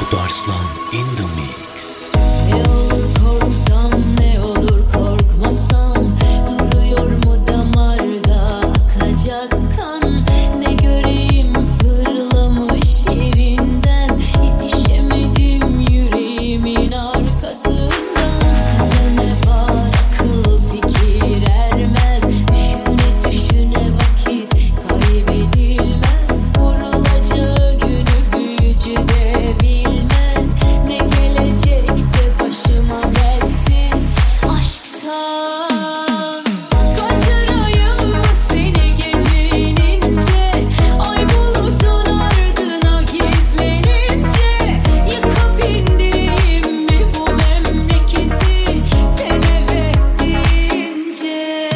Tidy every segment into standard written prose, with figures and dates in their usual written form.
Korkut Arslan in the mix. Ne olur korksam, ne olur korkmasam, duruyor mu damarda akacak kan? Ne göreyim fırlamış yerinden, yetişemedim yüreğimin arkasından. Sana ne var akıl fikir ermez, düşüne düşüne vakit kaybedilmez. Vurulacağı günü büyücü de bilmez, ne gelecekse başıma gelsin aşktan. Kaçırayım mı seni gece inince, ay bulutun ardına gizlenince, yıkıp indireyim mi bu memleketi sen evet deyince.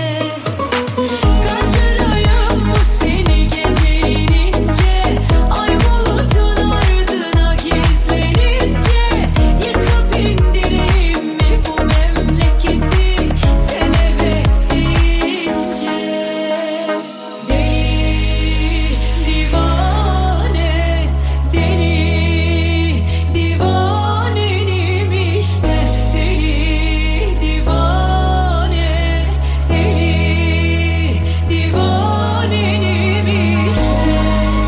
Kaçırayım mı seni gece inince, ay bulutun ardına gizlenince, yıkıp indireyim mi bu memleketi sen evet deyince. Deli divane, deli divanenim işte. Deli divane, deli divanenim işte.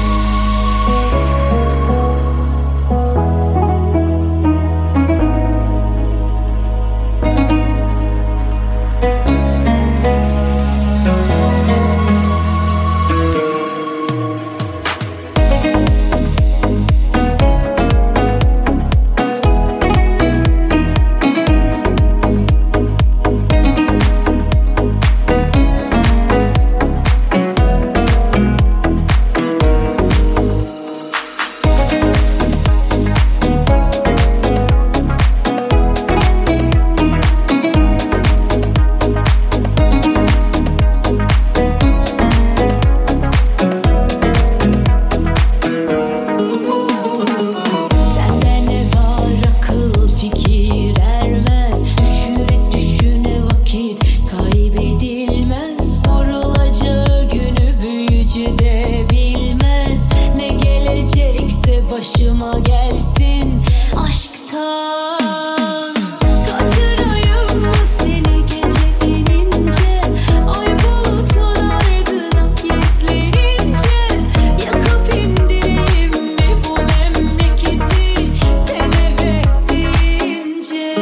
Sende ne var akıl fikir ermez, düşüne düşüne vakit kaybedilmez. Vurulacağı günü büyücü de bilmez, ne gelecekse başıma gelsin aşktan. Kaçırayım mı seni gece inince, ay bulutun ardına gizlenince, yakıp indireyim mi bu memleketi sen evet deyince.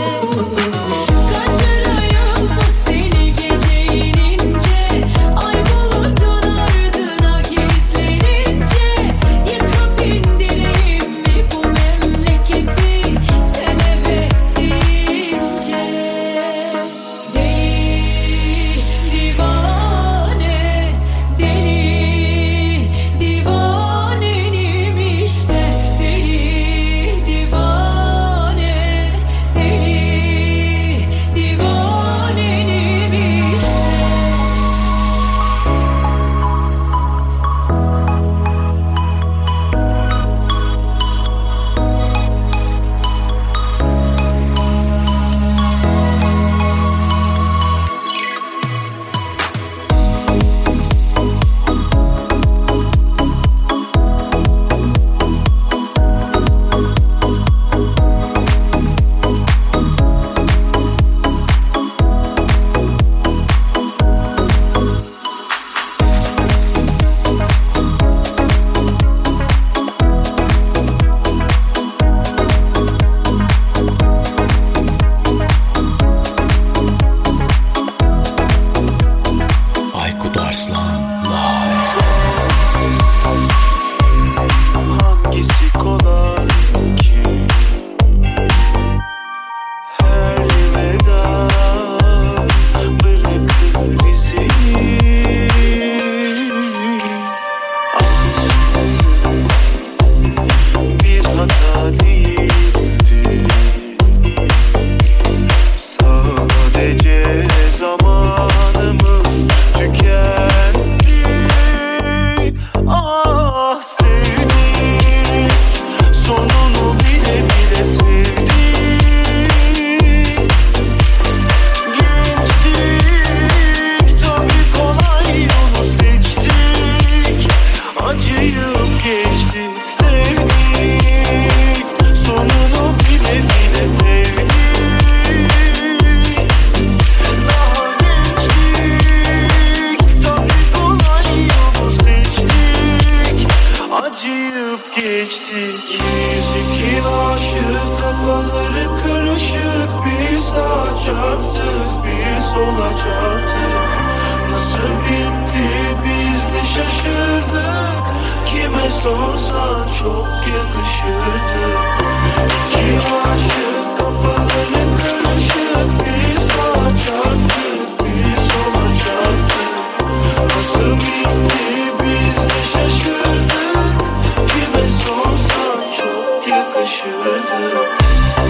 Kaçırayım mı seni gece inince, ay bulutun ardına gizlenince, yıkıp indireyim mi bu memleketi sen evet deyince. acıyıp geçtik. Biz iki aşık, kafaları karışık, bir sağa çarptık, bir sola çarptık. Nasıl bitti biz de şaşırdık. Kime sorsan çok yakışırdık. İki aşık, kafaları karışık, bir sağa çarptık, bir sola çarptık. Nasıl bitti biz de şaşırdık. Kime sorsan çok yakışırdık.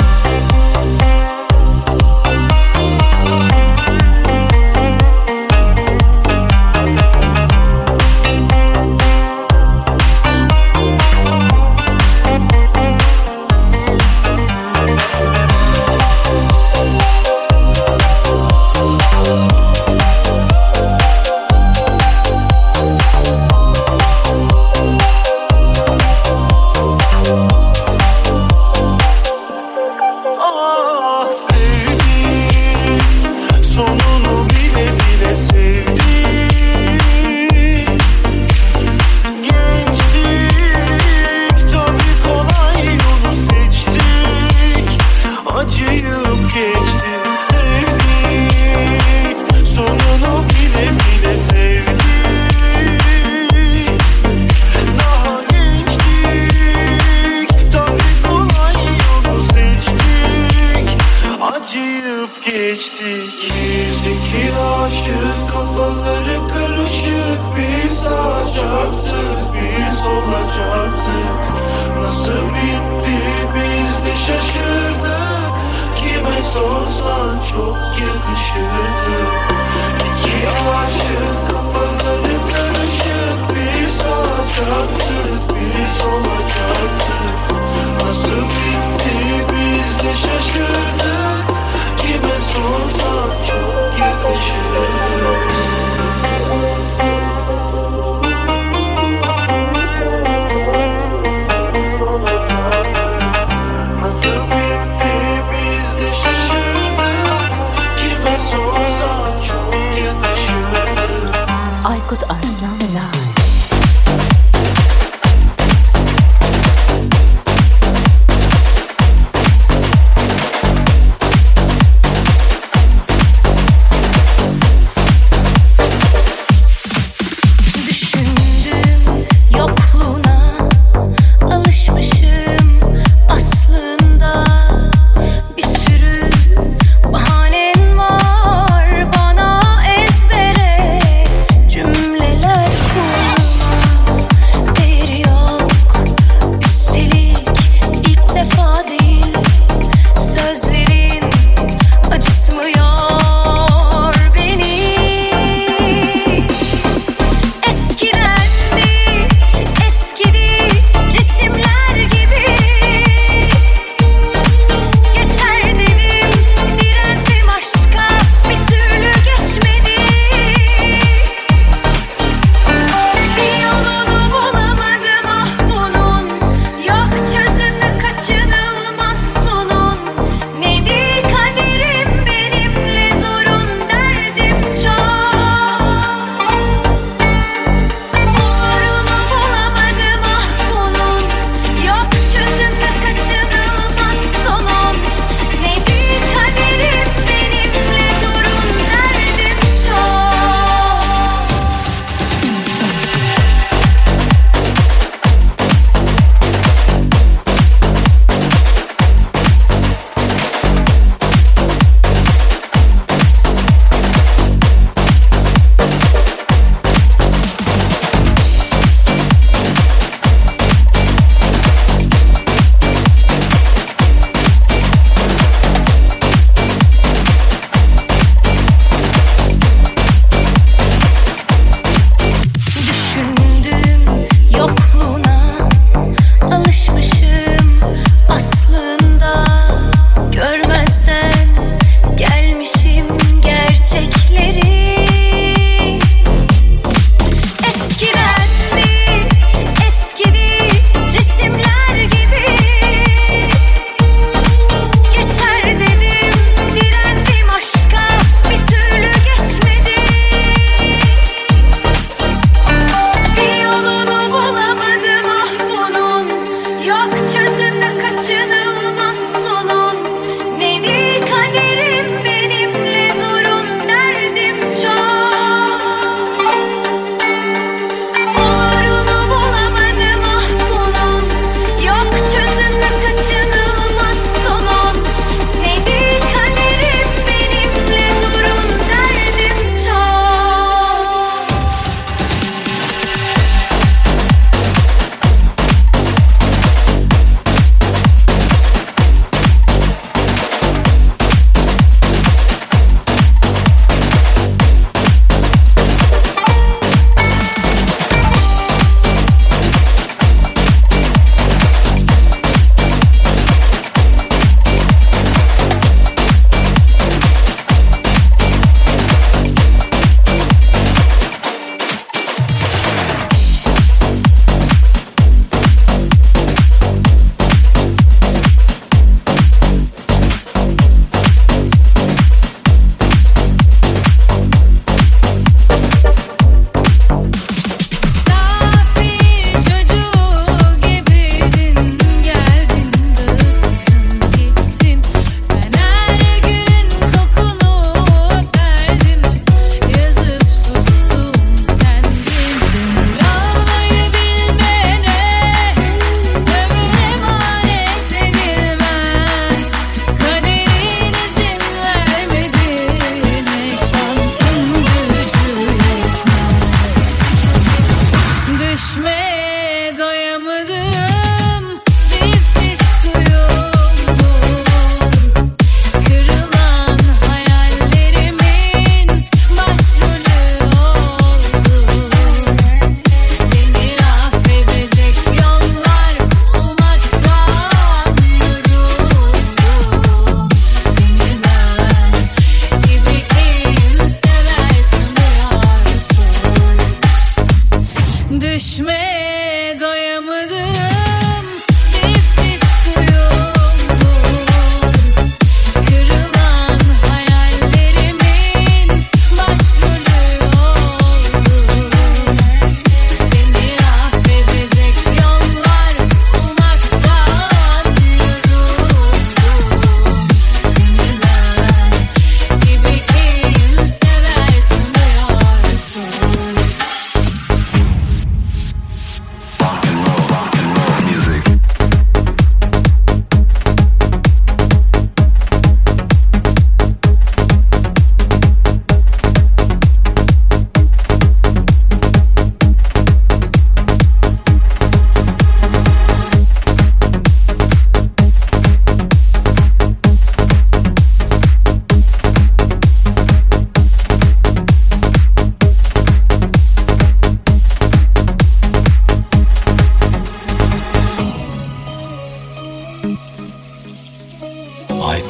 Geçtik. Biz iki aşık, kafaları karışık, bir sağa çarptık, bir sola çarptık. Nasıl bitti biz de şaşırdık. Kime sorsan çok yakışırdık. İki aşık, kafaları karışık, bir sağa çarptık, bir sola çarptık. Nasıl bitti biz de şaşırdık. Kime sorsan çok yakışırdık. Nasıl bitti biz de şaşırdık. Kime sorsan çok yakışırdık. Aykut Arslan Live.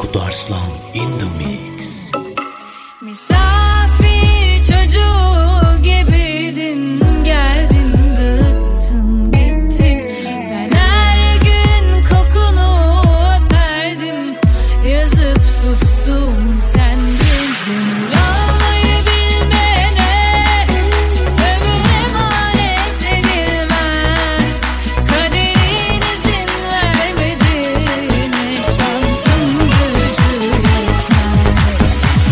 Aykut Arslan in the mix. Misafir çocuğu gibiydin, geldin dağıttın gittin. Ben her gün kokunu öperdim, yazıp sustum sendin. Gönül almayı bilmene ömür emanet edilmez. Kaderin izin vermedi, ne şansın gücü yetmez.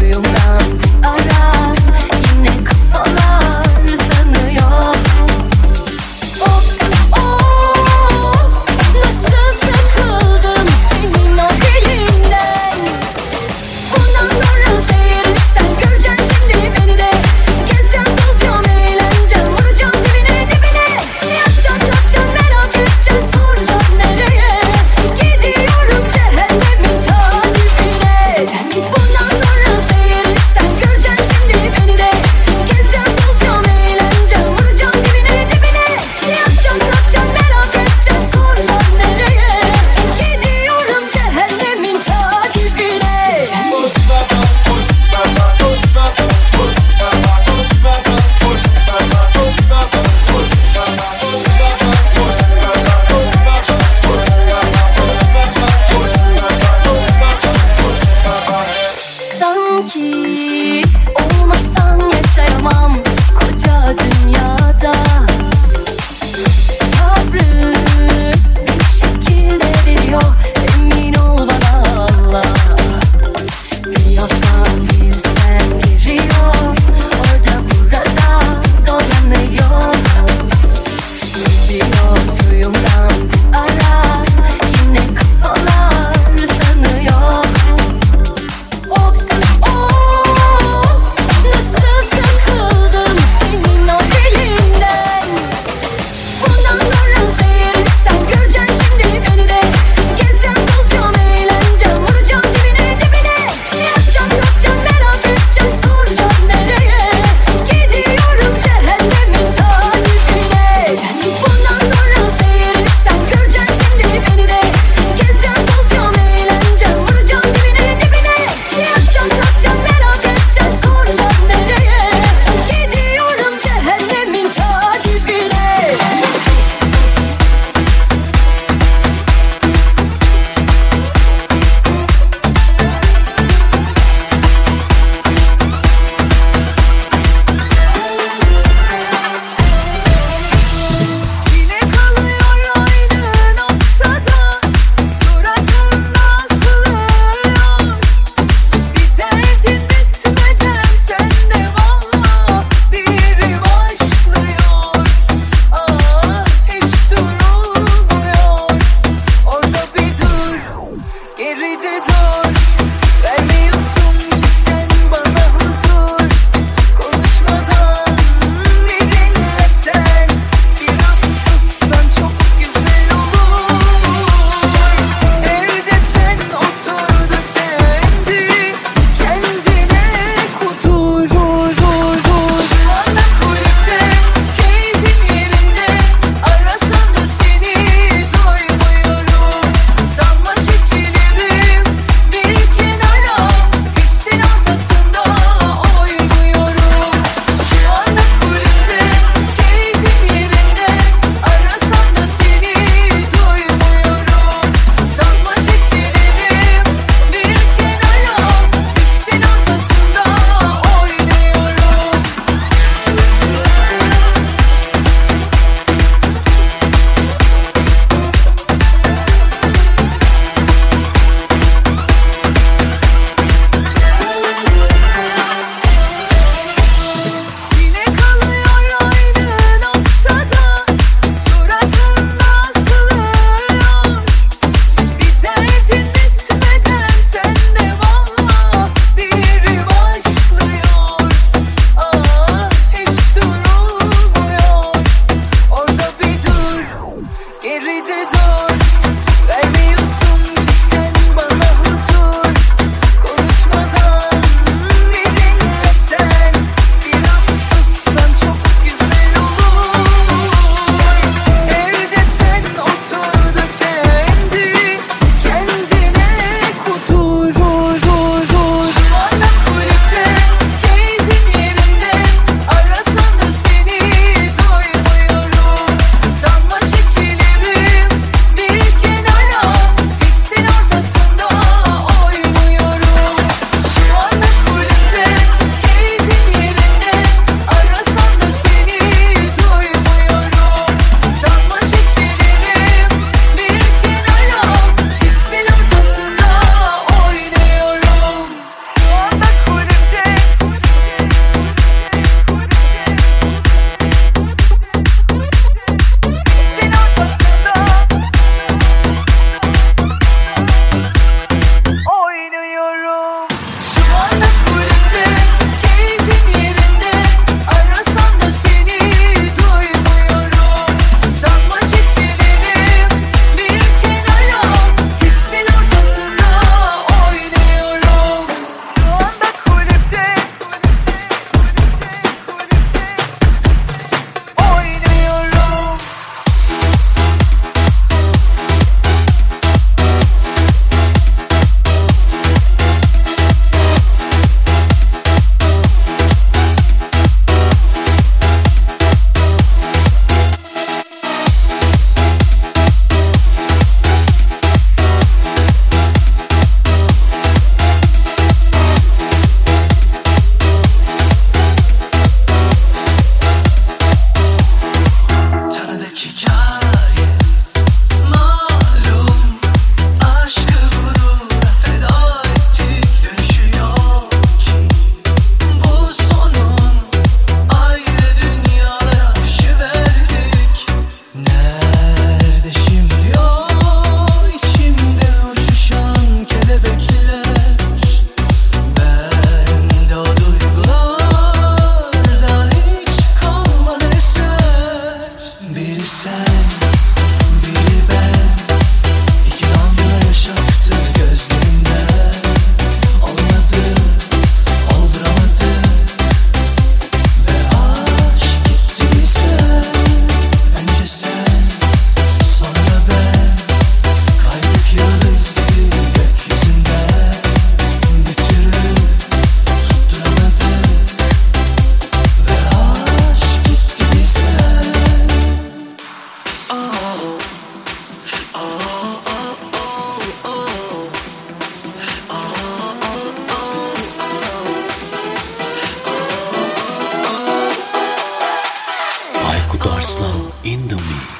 suyumdan arar, yine kafalar sanıyor. Of of, nasıl sıkıldım senin o dilinden. Bundan sonra seyretsen göreceksin şimdi beni de. Gezeceğim, tozacağım, eğleneceğim, vuracağım dibine dibine. Ne yapacağım, ne yapacağım, merak edeceğim, soracağım nereye. Gidiyorum cehennemin ta dibine. Bundan sonra seyretsen göreceksin şimdi beni de. Gezeceğim, tozacağım, eğleneceğim, vuracağım dibine dibine. Ne yapacağım, ne yapacağım, merak edeceğim, soracağım nereye. Gidiyorum cehennemin ta dibine. Sanki olmasan yaşayamam koca dünyada. Sabrı bir şekilde veriyor, emin ol bana Allah. Bir yoldan yüzden giriyor, orada burada dolanıyor. Gidiyor suyumdan arar, yine kafalar sanıyor. Of of, nasıl sıkıldım senin o dilinden. Aykut Arslan in the mix.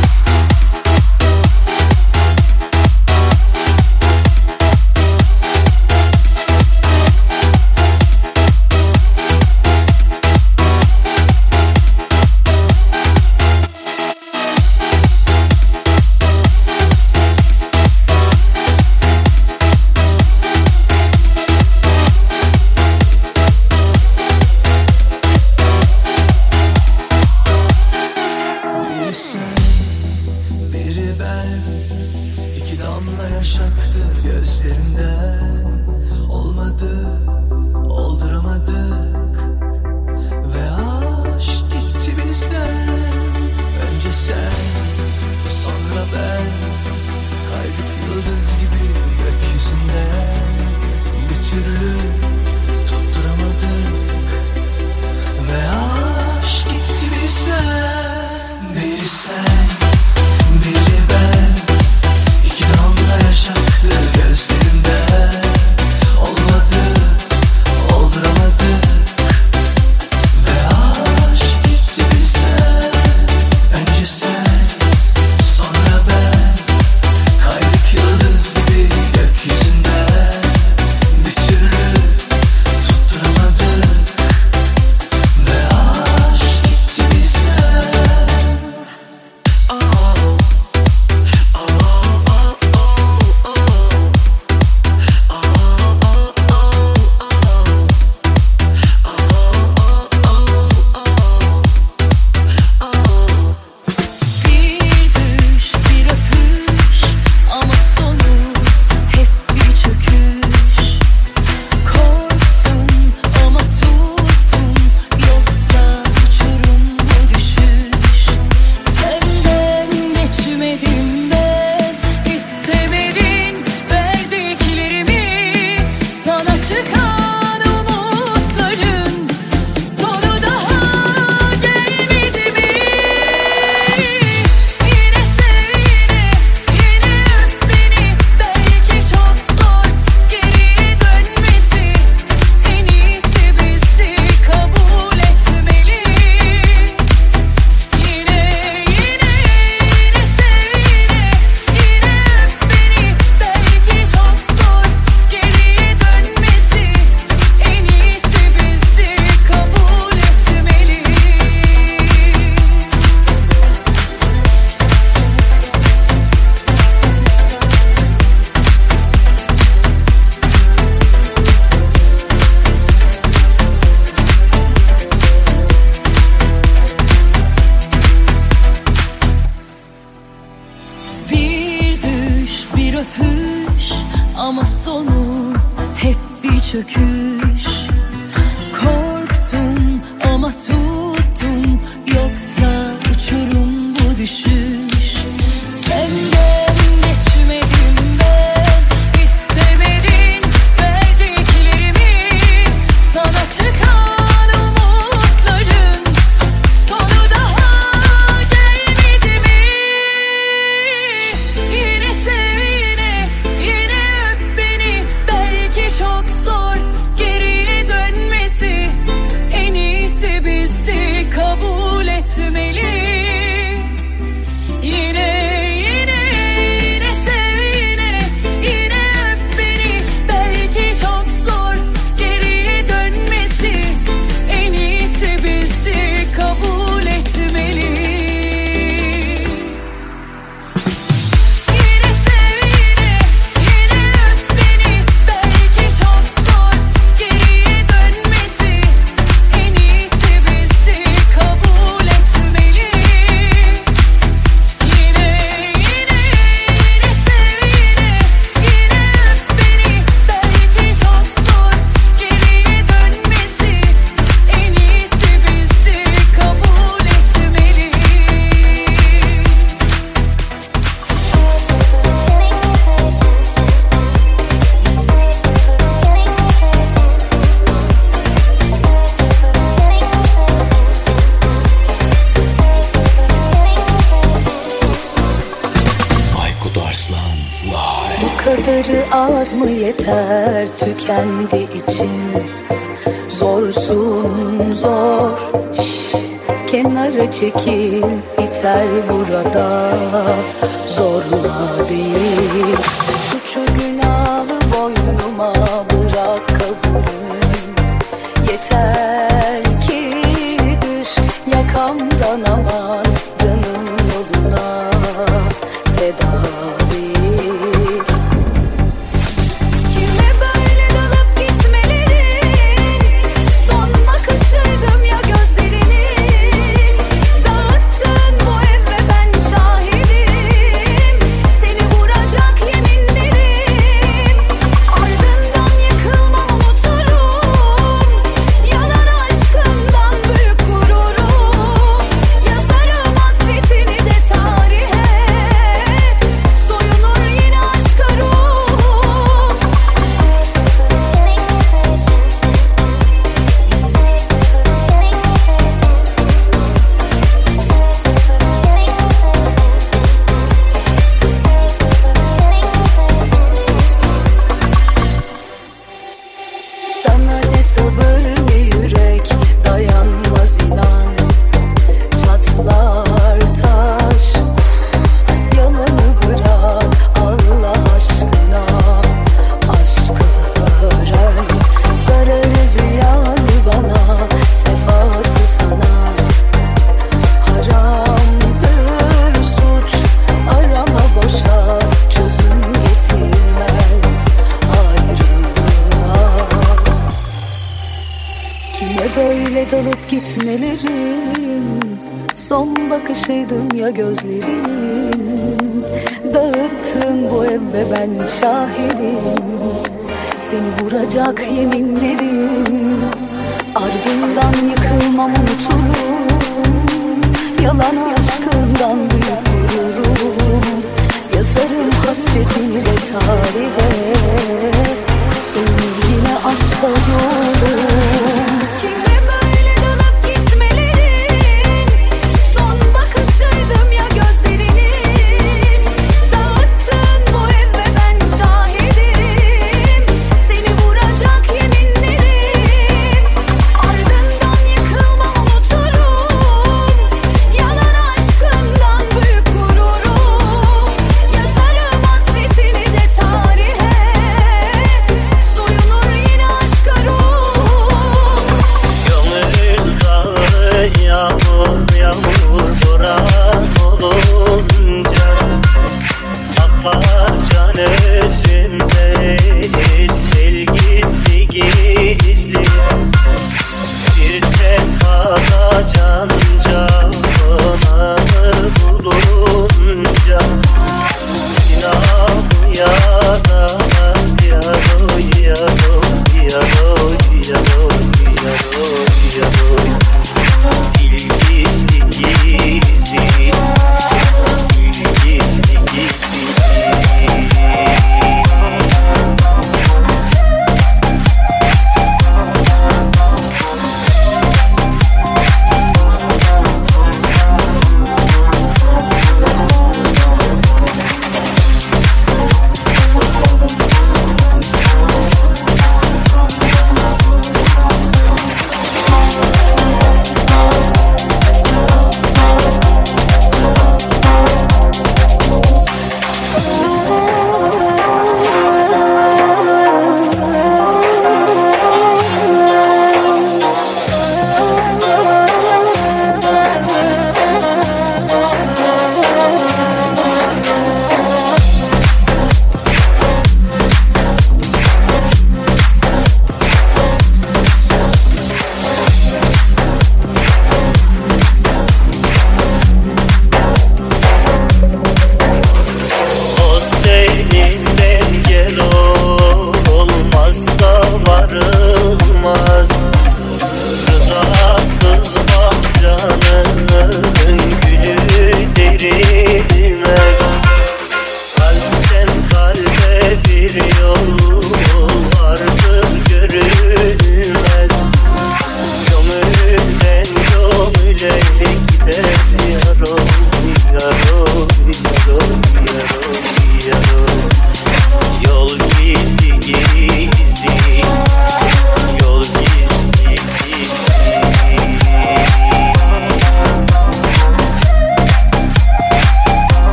çöküş. Korktum ama tuttum, yoksa uçurum bu düşüş. Senden geçmedim ben, istemedin verdiklerimi. Sana çıkan umutların sonu daha gelmedi mi? Yine sev, yine öp beni. Belki çok zor geriye dönmesi. En iyisi bizdi, kabul etmeli. Bu kadarı az mı yeter, tükendi içim. Zorsun zor, kenara çekil, biter burada. Zorla değil, suçu günahı boynuma bırak kabulüm. Yeter ki düş yakamdan, aman canım yoluna feda değil. Kime böyle dalıp gitmelerin, son bakışıydım ya gözlerinin. Dağıttın bu ev ve ben şahidim, seni vuracak yeminlerim. Ardından yıkılmam unuturum, yalan aşkından büyük gururum. Yazarım hasretini de tarihe, soyunur yine aşka ruhum. Sana ne sabır ne yürek dayanmaz inan. Çatlar taş, yalanı bırak Allah aşkına. Aşkı öğren, zararı ziyanı bana, sefası sana. Haramdır suç, arama boşa, çözüm getirmez ayrılığa. Kime böyle dalıp gitmelerin, son bakışıydım ya gözlerin. Dağıttın bu ev ve ben şahidim, seni vuracak yeminlerim. Ardından yıkılmam unuturum, yalan aşkından büyük gururum. Yazarım hasretini de tarihe, soyunur yine aşka yolum. Kime böyle dalıp gitmelerin, son bakışıydım ya gözlerinin. Dağıttın bu ev ve ben şahidim, seni vuracak yeminlerim. Ardından yıkılmam unuturum, yalan aşkından büyük gururum. Yazarım hasretini de tarihe,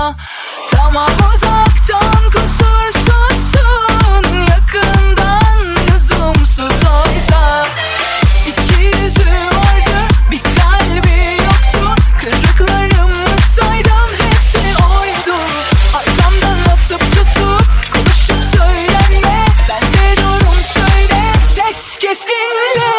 olsa. Tamam uzaktan kusursuzsun, yakından lüzumsuz oysa. İki yüzü vardı, bir kalbi yoktu. Kırıklarımı saydım, hepsi oydu. Arkamdan atıp tutup konuşup söylenme. Ben de durum şöyle, ses kes dinle.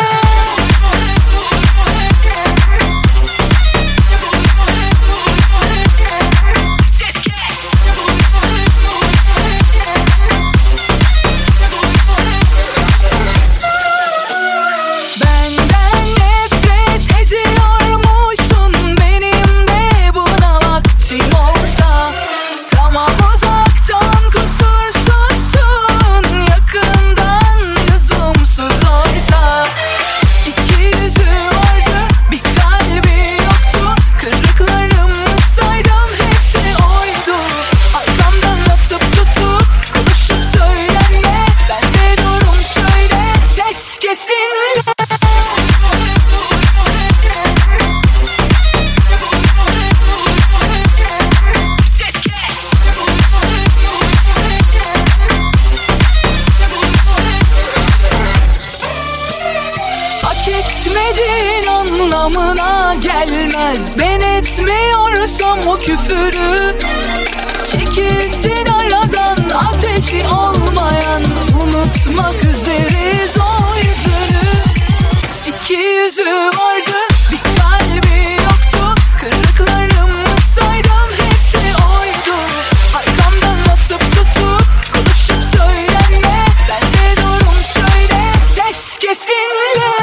Anlamına gelmez. Ben etmiyorsam o küfürü, çekilsin aradan ateşi olmayan. Unutmak üzeriz o yüzünü. İki yüzü vardı, bir kalbi yoktu. Kırıklarımı saydım, hepsi oydu. Arkamdan atıp tutup konuşup söylenme. Ben de durum şöyle, ses kes dinle.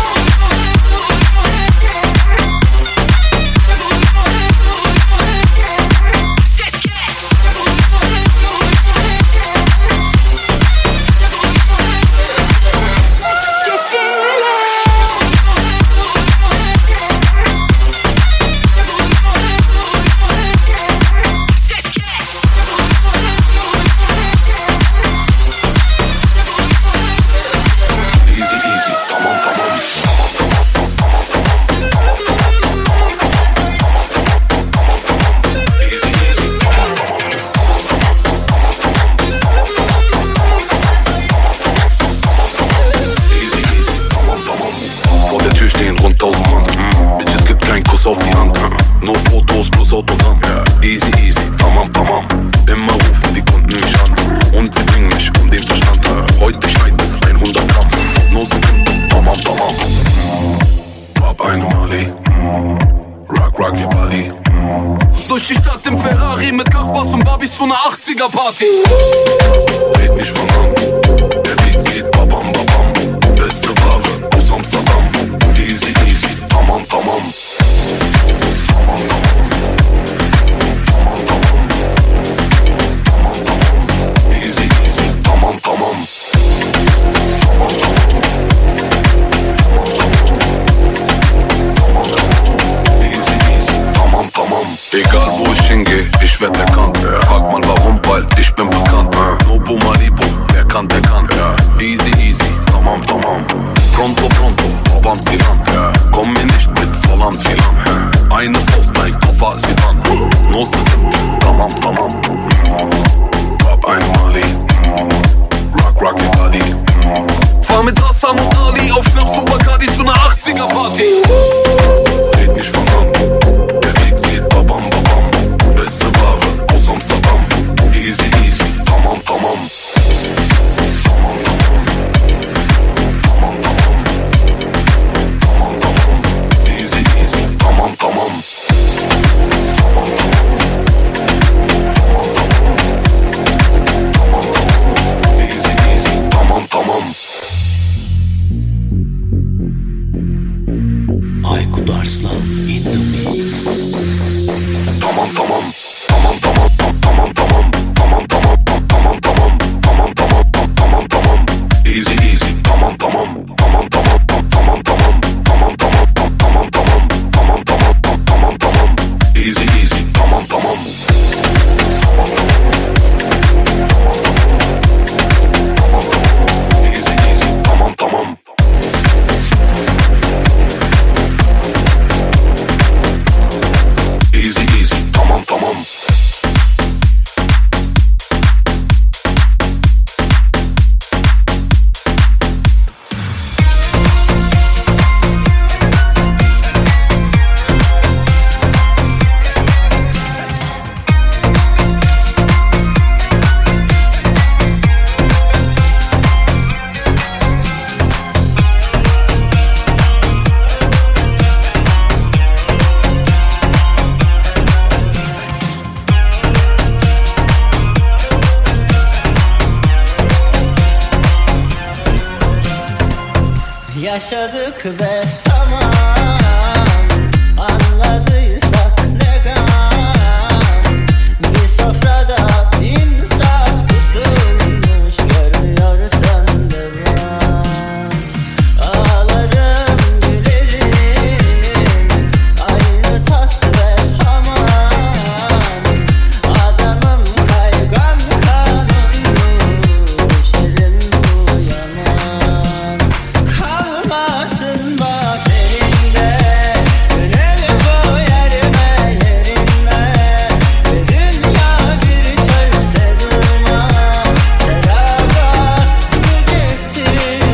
Auf die Hand, nur Fotos plus Autogramm. Easy, easy, tamam, tamam. Immer rufen die Kunden mich an und sie bringen mich um den Verstand. Heute schneit es 100 Gramm. Nur so, tamam, tamam. Hab eine Mali, rock, rock your body. Durch die Stadt im Ferrari mit Nachbars und Barbies zu einer 80er-Party. Red nicht von an, der Beat geht babam, babam. Beste Ware aus Amsterdam. Easy, easy, tamam, tamam. Easy, easy, tamam, tamam. Easy, easy, tamam, tamam. Egal wo ich hingehe, ich werd erkannt. Frag mal warum, weil ich bin bekannt. Nobu Malibu, wer kann, der kann. Easy, easy, tamam, tamam. Pronto, pronto, avanti an. Komm mir nicht mit Volland Filan. Eine Faust, mein Koffer, sie an. No second, tamam, tamam. Hab ein Mali, rock, rock your body. Fahr mit Hassan und Ali auf Schnaps und Bacardi zu einer 80er-Party. Red nicht von an, der Weg geht babam, babam. Beste Ware aus Amsterdam. Easy, easy, tamam, tamam. Tamam, tamam. Tamam, tamam. Tamam, tamam. Easy, easy, tamam, tamam. Tamam, tamam. Yaşadık ve tamam, anladıysak ne gam. Bir sofrada bin saf tutulmuş, görmüyorsan devam. Ağlarım gülerim, aynı tas ve hamam. Adamım kaygan kanım, düşerim bu yaman. Kalmasın bak elinde, gönül bu yerime yerinme. Ve dünya bir çölse durma, seraba su getir.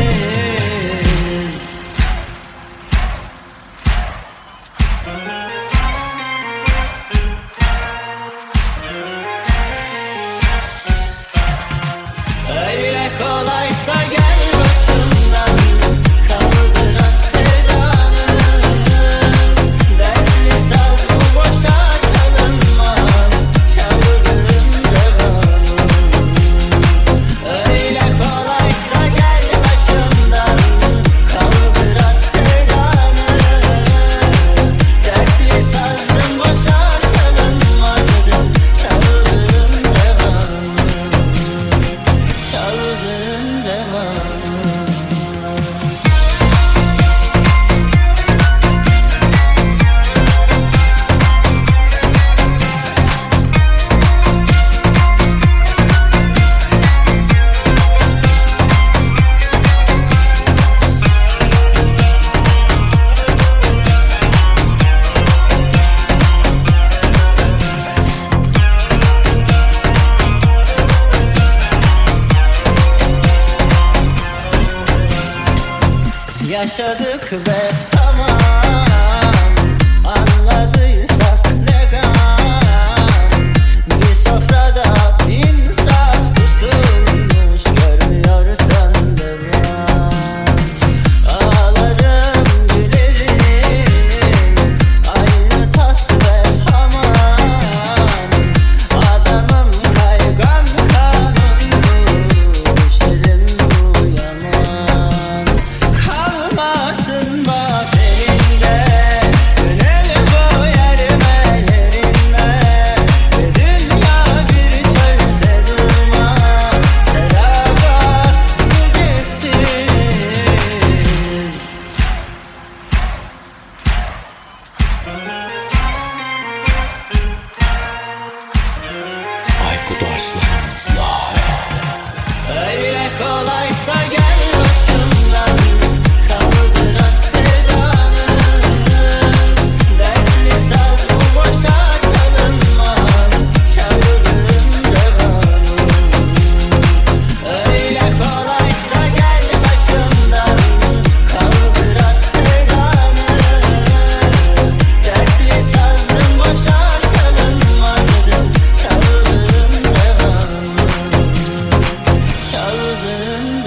Öyle kolaysa gel başımdan, kaldır at sevdanı. Dertli saz bu boşa çalınmaz, çaldırın revanı. Öyle kolaysa gel başımdan, kaldır at sevdanı. Dertli sazın boşa çalınmaz, çaldırın revanı. Çaldırın revanı. Yaşadık ve tamam, anladıysak ne gam. Bir sofrada bin saf tutulmuş, görmüyorsan devam. Ağlarım gülerim, aynı tas ve hamam. Adamım kaygan kanım, düşerim bu yaman. Kalmasın bak elinde, gönül bu yerime yerinme. Ve dünya bir çölse durma, seraba su getir. Aykut Arslan Live. Öyle kolaysa gel başımdan, kaldır at sevdanı. Dertli saz bu boşa çalınmaz, çaldırın revanı. Öyle kolaysa gel başımdan, kaldır at sevdanı. Dertli sazın boşa çalınmaz, çaldırın revanı. Çaldırın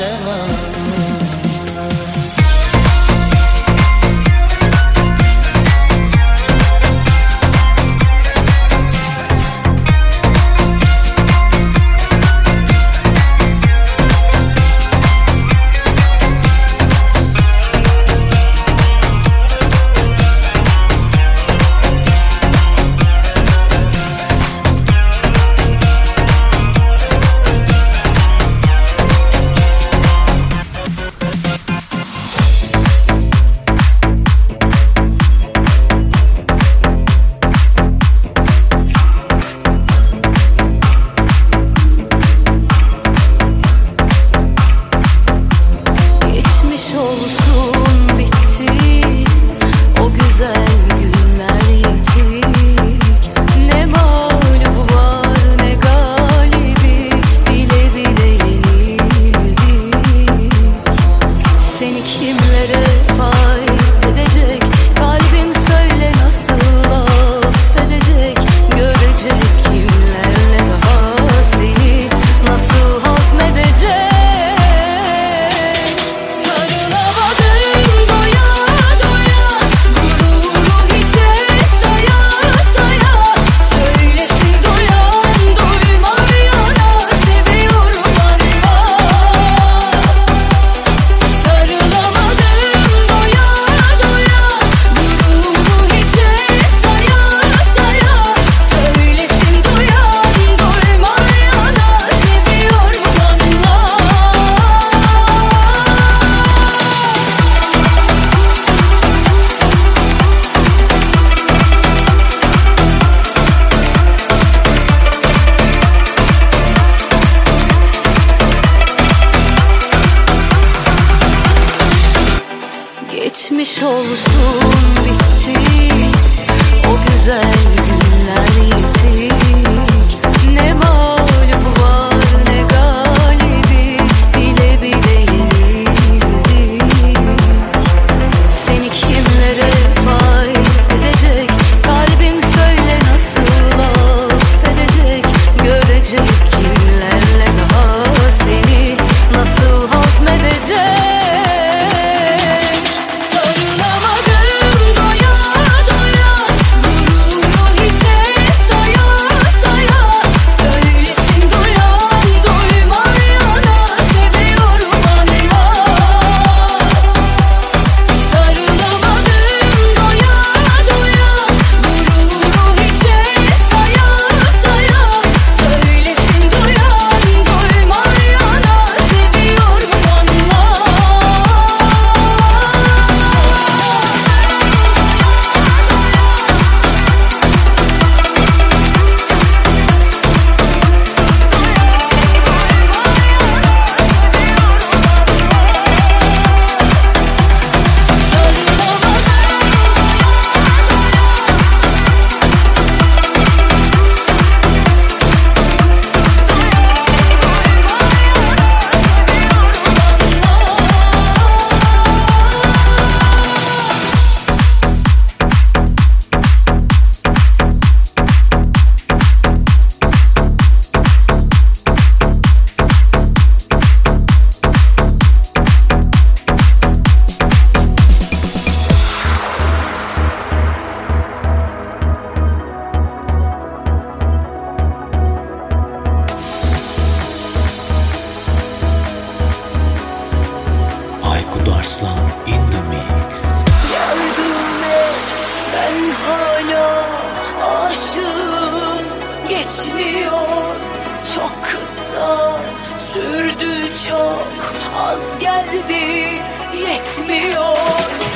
geçmiyor. Çok kısa sürdü, çok az geldi, yetmiyor.